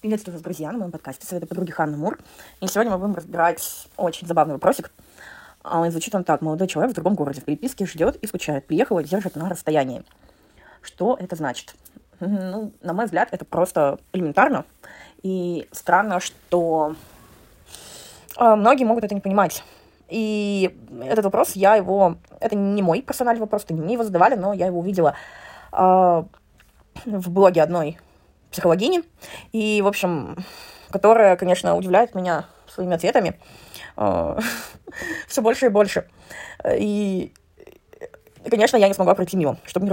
Приветствую вас, друзья, на моем подкасте «Советы подруги» Ханны Мур. И сегодня мы будем разбирать очень забавный вопросик. И звучит он так. Молодой человек в другом городе в переписке ждет и скучает. Приехал и держит на расстоянии. Что это значит? Ну, на мой взгляд, это просто элементарно. И странно, что многие могут это не понимать. И этот вопрос, это не мой персональный вопрос, это не мне его задавали, но я его увидела в блоге одной психологини, и, в общем, которая, конечно, удивляет меня своими ответами все больше и больше. И, конечно, я не смогла пройти мимо, чтобы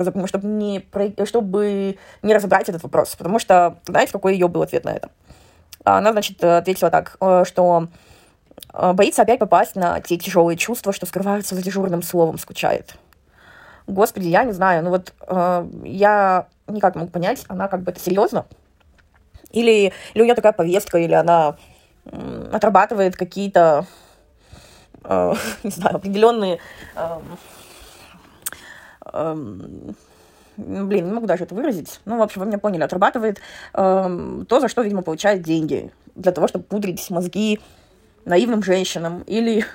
не разобрать этот вопрос, потому что, знаете, какой ее был ответ на это? Она, значит, ответила так, что боится опять попасть на те тяжелые чувства, что скрываются за дежурным словом «скучает». Господи, я не знаю, я никак не могу понять, она как бы это серьезно? Или у нее такая повестка, или она отрабатывает какие-то, не знаю, определенные... не могу даже это выразить. В общем, вы меня поняли. Отрабатывает то, за что, видимо, получает деньги. Для того, чтобы пудрить мозги наивным женщинам. Или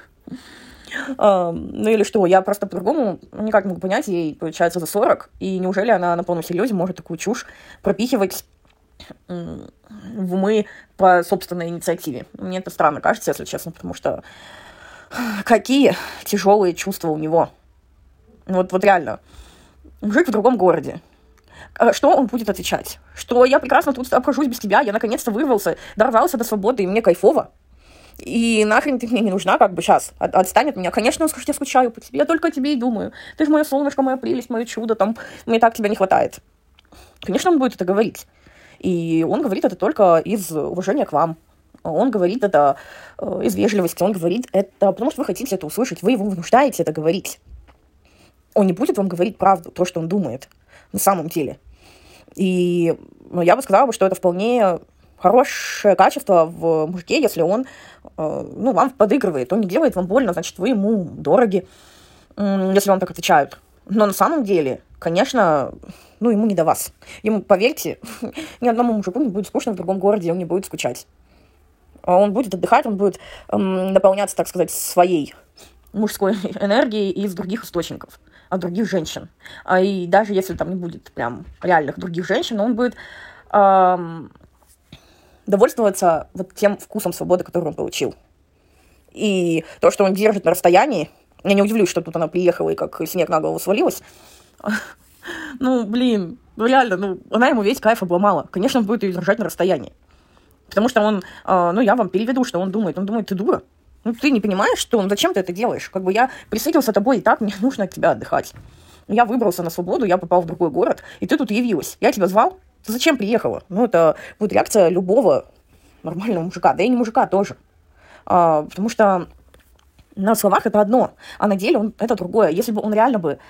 что, я просто по-другому никак не могу понять, ей получается за 40, и неужели она на полном серьезе может такую чушь пропихивать в умы по собственной инициативе. Мне это странно кажется, если честно, потому что какие тяжелые чувства у него. Вот реально. Жить в другом городе. Что он будет отвечать? Что я прекрасно тут обхожусь без тебя, я наконец-то вырвался, дорвался до свободы, и мне кайфово. И нахрен ты мне не нужна, как бы сейчас. Отстань от меня. Конечно, я скучаю по тебе, я только о тебе и думаю. Ты же мое солнышко, моя прелесть, мое чудо, мне так тебя не хватает. Конечно, он будет это говорить. И он говорит это только из уважения к вам. Он говорит это из вежливости, он говорит это потому, что вы хотите это услышать, вы его вынуждаете это говорить. Он не будет вам говорить правду, то, что он думает на самом деле. И я бы сказала, что это вполне хорошее качество в мужике, если он вам подыгрывает, он не делает вам больно, значит, вы ему дороги, если вам так отвечают. Но на самом деле, конечно, ему не до вас. Ему, поверьте, ни одному мужику не будет скучно в другом городе, он не будет скучать. Он будет отдыхать, он будет наполняться, так сказать, своей мужской энергией из других источников, от других женщин. И даже если там не будет прям реальных других женщин, он будет довольствоваться тем вкусом свободы, который он получил. И то, что он держит на расстоянии, я не удивлюсь, что тут она приехала и как снег на голову свалилась. Реально, она ему весь кайф обломала. Конечно, он будет ее держать на расстоянии. Потому что он, я вам переведу, что он думает. Он думает, ты дура. Ты не понимаешь, что зачем ты это делаешь? Как бы я присытился тобой, и так мне нужно от тебя отдыхать. Я выбрался на свободу, я попал в другой город, и ты тут явилась. Я тебя звал? Ты зачем приехала? Это будет реакция любого нормального мужика. Да и не мужика тоже. Потому что на словах это одно, а на деле это другое. Если бы он реально бы,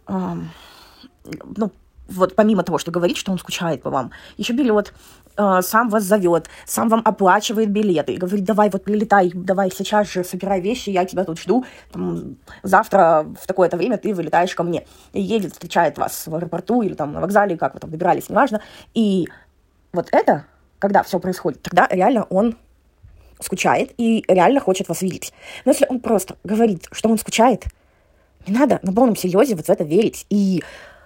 помимо того, что говорит, что он скучает по вам, еще берет, сам вас зовет, сам вам оплачивает билеты и говорит, давай прилетай, давай сейчас же собирай вещи, я тебя тут жду, завтра в такое-то время ты вылетаешь ко мне. И едет, встречает вас в аэропорту или на вокзале, как вы там добирались, неважно. И это, когда все происходит, тогда реально он скучает и реально хочет вас видеть. Но если он просто говорит, что он скучает, не надо на полном серьезе в это верить и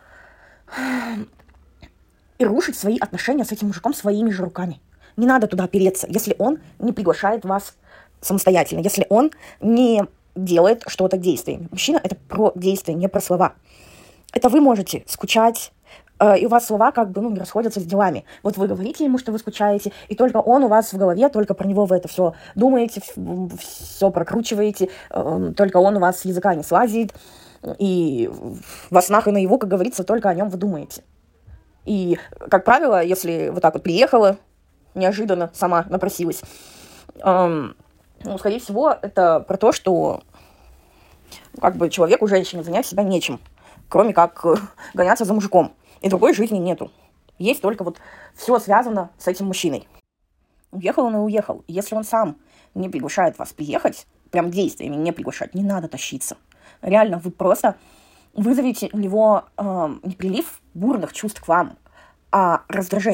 рушить свои отношения с этим мужиком своими же руками. Не надо туда опереться, если он не приглашает вас самостоятельно, если он не делает что-то действиями. Мужчина — это про действия, не про слова. Это вы можете скучать, и у вас слова не расходятся с делами. Вы говорите ему, что вы скучаете, и только он у вас в голове, только про него вы это все думаете, все прокручиваете, только он у вас с языка не слазит, и во снах и наяву, как говорится, только о нем вы думаете. И, как правило, если приехала, неожиданно сама напросилась, скорее всего, это про то, что человеку, женщине, занять себя нечем, кроме как гоняться за мужиком. И другой жизни нету. Есть только все связано с этим мужчиной. Уехал он и уехал. Если он сам не приглашает вас приехать, прям действиями не приглашать, не надо тащиться. Реально, вы просто вызовите у него не прилив бурных чувств к вам, а раздражение.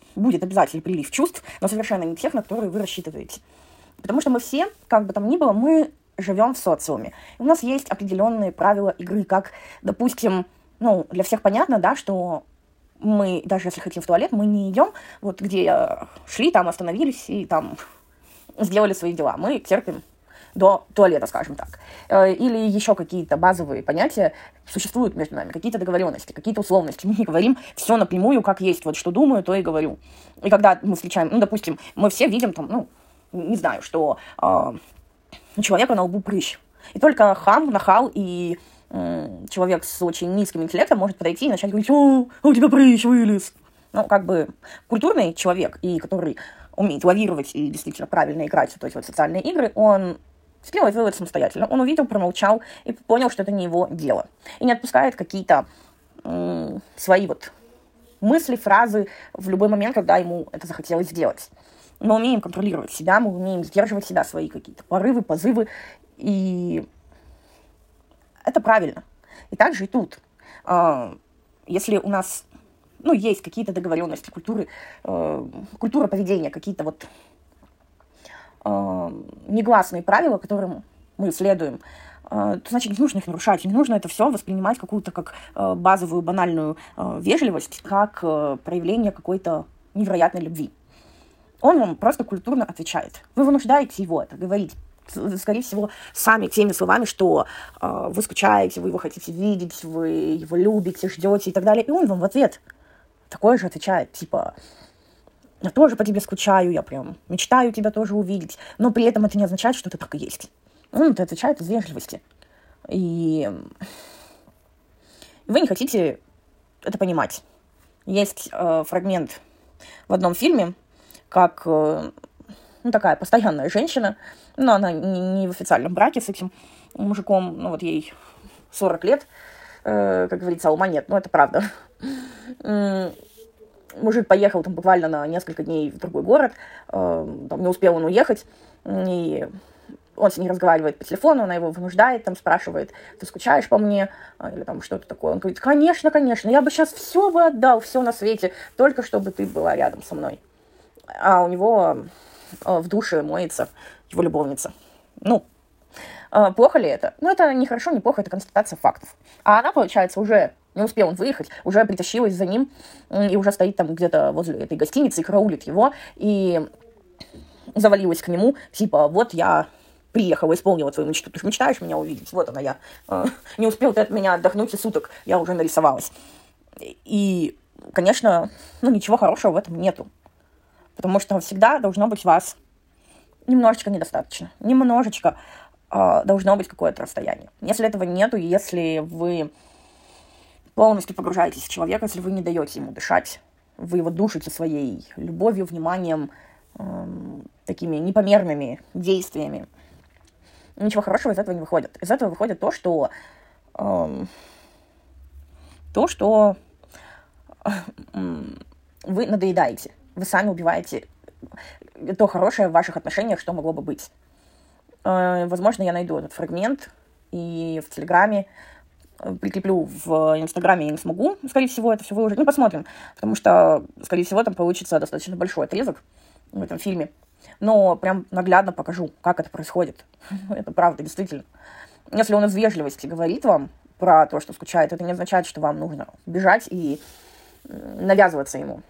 будет обязательно прилив чувств, но совершенно не тех, на которые вы рассчитываете. Потому что мы все, как бы там ни было, мы живем в социуме. И у нас есть определенные правила игры, как, допустим, для всех понятно, да, что мы, даже если хотим в туалет, мы не идем, вот где шли, там остановились и там сделали свои дела. Мы терпим до туалета, скажем так. Или еще какие-то базовые понятия существуют между нами, какие-то договоренности, какие-то условности. Мы не говорим все напрямую, как есть. Вот что думаю, то и говорю. И когда мы встречаем, допустим, мы все видим там, не знаю, что у человека на лбу прыщ. И только хам, нахал и человек с очень низким интеллектом может подойти и начать говорить: у тебя прыщ вылез. Культурный человек, и который умеет лавировать и действительно правильно играть в социальные игры, он сделает вывод самостоятельно. Он увидел, промолчал и понял, что это не его дело. И не отпускает какие-то свои мысли, фразы в любой момент, когда ему это захотелось сделать. Мы умеем контролировать себя, мы умеем сдерживать себя, свои какие-то порывы, позывы. И это правильно. И также и тут. Если у нас есть какие-то договоренности, культура поведения, какие-то негласные правила, которым мы следуем, то, значит, не нужно их нарушать. Не нужно это все воспринимать какую-то как базовую, банальную вежливость, как проявление какой-то невероятной любви. Он вам просто культурно отвечает. Вы вынуждаете его это говорить, скорее всего, сами теми словами, что вы скучаете, вы его хотите видеть, вы его любите, ждете и так далее. И он вам в ответ такое же отвечает, типа: я тоже по тебе скучаю, я прям мечтаю тебя тоже увидеть. Но при этом это не означает, что это так и есть. Он это отвечает из вежливости. И вы не хотите это понимать. Есть фрагмент в одном фильме, как такая постоянная женщина, но она не в официальном браке с этим мужиком, ей 40 лет, как говорится, а ума нет, это правда. Мужик поехал там буквально на несколько дней в другой город, не успел он уехать, и он с ней разговаривает по телефону, она его вынуждает, спрашивает: ты скучаешь по мне? Или что-то такое. Он говорит: конечно, я бы сейчас все бы отдал, все на свете, только чтобы ты была рядом со мной. А у него в душе моется его любовница. Плохо ли это? Это не хорошо, не плохо, это констатация фактов. А она, получается, уже не успел он выехать, уже притащилась за ним и уже стоит там где-то возле этой гостиницы и караулит его, и завалилась к нему, типа: вот я приехала, исполнила твою мечту, ты же мечтаешь меня увидеть, вот она я. Не успел ты от меня отдохнуть и суток, я уже нарисовалась. И, конечно, ничего хорошего в этом нету. Потому что всегда должно быть вас немножечко недостаточно. Немножечко должно быть какое-то расстояние. Если этого нету, если вы полностью погружаетесь в человека, если вы не даете ему дышать, вы его душите своей любовью, вниманием, такими непомерными действиями, ничего хорошего из этого не выходит. Из этого выходит то, что вы надоедаете. Вы сами убиваете то хорошее в ваших отношениях, что могло бы быть. Возможно, я найду этот фрагмент и в Телеграме прикреплю. В Инстаграме я не смогу, скорее всего, это все выложить. Посмотрим, потому что, скорее всего, там получится достаточно большой отрезок в этом фильме. Но прям наглядно покажу, как это происходит. Это правда, действительно. Если он из вежливости говорит вам про то, что скучает, это не означает, что вам нужно бежать и навязываться ему.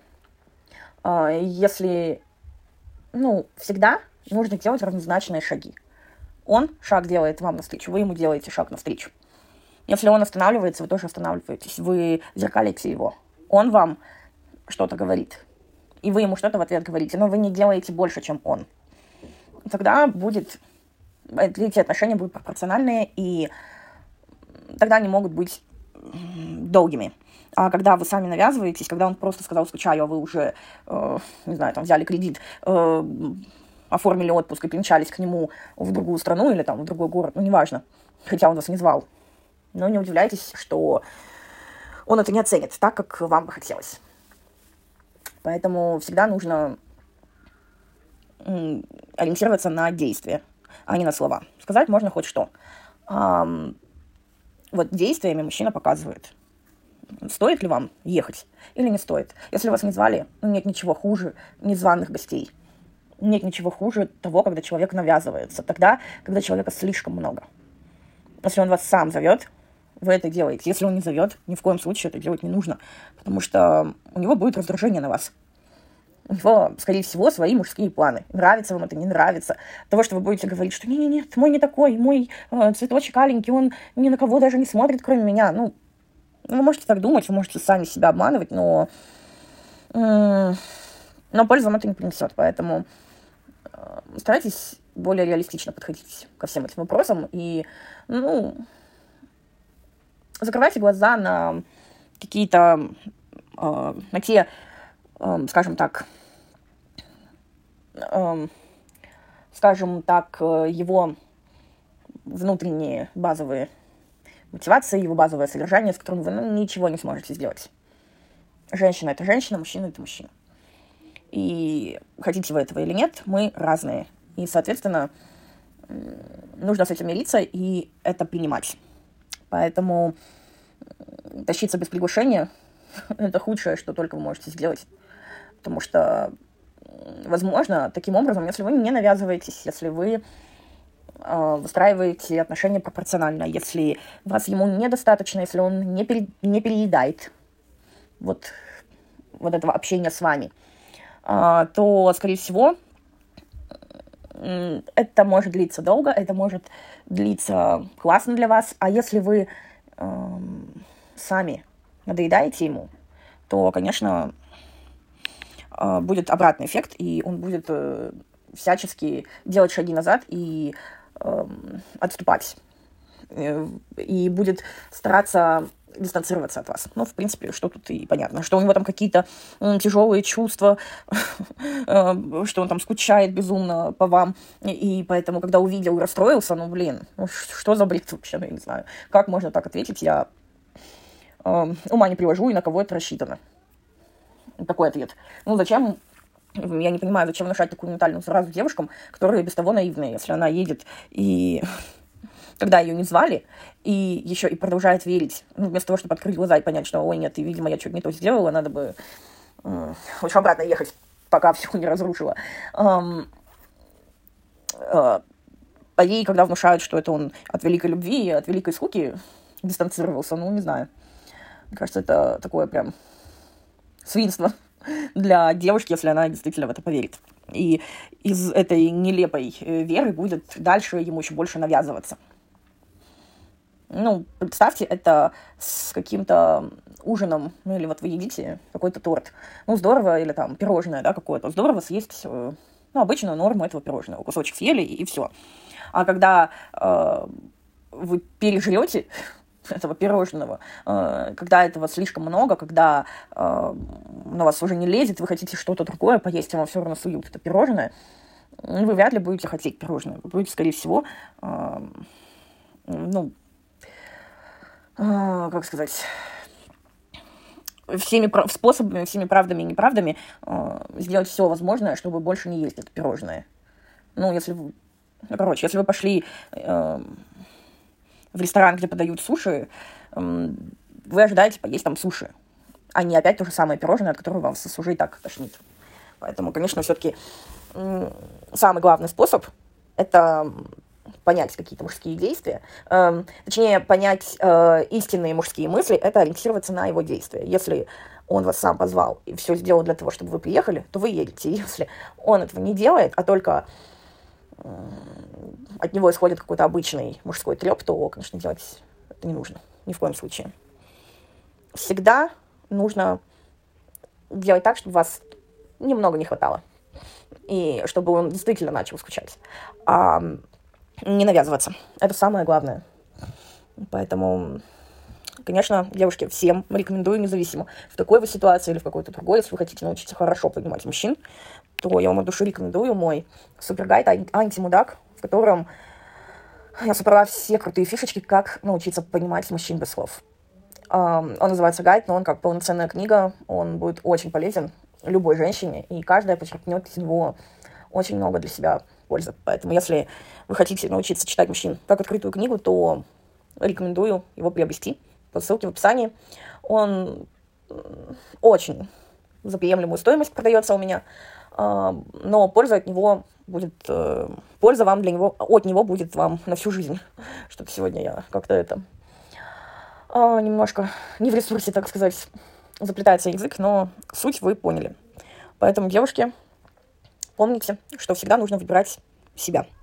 Если, всегда нужно делать равнозначные шаги. Он шаг делает вам навстречу, вы ему делаете шаг навстречу. Если он останавливается, вы тоже останавливаетесь, вы зеркалите его. Он вам что-то говорит, и вы ему что-то в ответ говорите, но вы не делаете больше, чем он. Тогда эти отношения будут пропорциональные, и тогда они могут быть долгими. А когда вы сами навязываетесь, когда он просто сказал скучаю, а вы уже, взяли кредит, оформили отпуск и примчались к нему в другую страну или в другой город, неважно, хотя он вас не звал. Но не удивляйтесь, что он это не оценит так, как вам бы хотелось. Поэтому всегда нужно ориентироваться на действия, а не на слова. Сказать можно хоть что. Действиями мужчина показывает. стоит ли вам ехать или не стоит. Если вас не звали, нет ничего хуже незваных гостей. Нет ничего хуже того, когда человек навязывается. Тогда, когда человека слишком много. Если он вас сам зовет, вы это делаете. Если он не зовет, ни в коем случае это делать не нужно. Потому что у него будет раздражение на вас. У него, скорее всего, свои мужские планы. Нравится вам это, не нравится. Того, что вы будете говорить, что нет, мой не такой, мой цветочек аленький, он ни на кого даже не смотрит, кроме меня. Ну, вы можете так думать, вы можете сами себя обманывать, но пользу вам это не принесет. Поэтому старайтесь более реалистично подходить ко всем этим вопросам и, закрывайте глаза на какие-то, на те, скажем так, его внутренние базовые мотивации, его базовое содержание, с которым вы ничего не сможете сделать. Женщина — это женщина, мужчина — это мужчина. И хотите вы этого или нет, мы разные. И, соответственно, нужно с этим мириться и это принимать. Поэтому тащиться без приглашения — это худшее, что только вы можете сделать. Потому что, возможно, таким образом, если вы не навязываетесь, если вы выстраиваете отношения пропорционально, если вас ему недостаточно, если он не переедает вот этого общения с вами, то, скорее всего, это может длиться долго, это может длиться классно для вас. А если вы сами надоедаете ему, то, конечно, будет обратный эффект, и он будет всячески делать шаги назад и отступать. И будет стараться дистанцироваться от вас. Ну, в принципе, что тут и понятно. Что у него там какие-то тяжелые чувства, что он там скучает безумно по вам. И поэтому, когда увидел и расстроился, что за бред вообще, я не знаю. Как можно так ответить? Я ума не приложу, и на кого это рассчитано. Такой ответ. Зачем? Я не понимаю, зачем внушать такую ментальную заразу девушкам, которые без того наивные. Если она едет и... когда ее не звали, и еще и продолжает верить, вместо того, чтобы открыть глаза и понять, что, ой, нет, видимо, я что-то не то сделала, надо бы лучше обратно ехать, пока все не разрушила. А ей, когда внушают, что это он от великой любви и от великой скуки дистанцировался, не знаю. Мне кажется, это такое прям свинство для девушки, если она действительно в это поверит. И из этой нелепой веры будет дальше ему еще больше навязываться. Представьте это с каким-то ужином, или вот вы едите какой-то торт. Здорово, или там пирожное, да, какое-то. Здорово съесть, обычную норму этого пирожного. Кусочек съели, и все. А когда вы пережрете этого пирожного, когда этого слишком много, когда на вас уже не лезет, вы хотите что-то другое поесть, а вам все равно суют это пирожное, вы вряд ли будете хотеть пирожное. Вы будете, скорее всего, как сказать, всеми способами, всеми правдами и неправдами сделать все возможное, чтобы больше не есть это пирожное. Если вы пошли в ресторан, где подают суши, вы ожидаете поесть там суши, а не опять то же самое пирожное, от которого вам уже и так тошнит. Поэтому, конечно, все-таки самый главный способ — это понять какие-то мужские действия, точнее, понять истинные мужские мысли, это ориентироваться на его действия. Если он вас сам позвал и все сделал для того, чтобы вы приехали, то вы едете. Если он этого не делает, а только от него исходит какой-то обычный мужской треп, то, конечно, делать это не нужно. Ни в коем случае. Всегда нужно делать так, чтобы вас немного не хватало. И чтобы он действительно начал скучать. А не навязываться. Это самое главное. Поэтому, конечно, девушки, всем рекомендую, независимо, в такой вы ситуации или в какой-то другой, если вы хотите научиться хорошо понимать мужчин, то я вам от души рекомендую мой супергайд «Антимудак», в котором я собрала все крутые фишечки, как научиться понимать мужчин без слов. Он называется «Гайд», но он как полноценная книга, он будет очень полезен любой женщине, и каждая почерпнет из него очень много для себя пользы. Поэтому, если вы хотите научиться читать мужчин как открытую книгу, то рекомендую его приобрести по ссылке в описании. Он очень за приемлемую стоимость продается у меня, но польза от него будет, польза вам от него будет вам на всю жизнь. Что-то сегодня я как-то немножко не в ресурсе, так сказать, заплетается язык, но суть вы поняли. Поэтому, девушки, помните, что всегда нужно выбирать себя.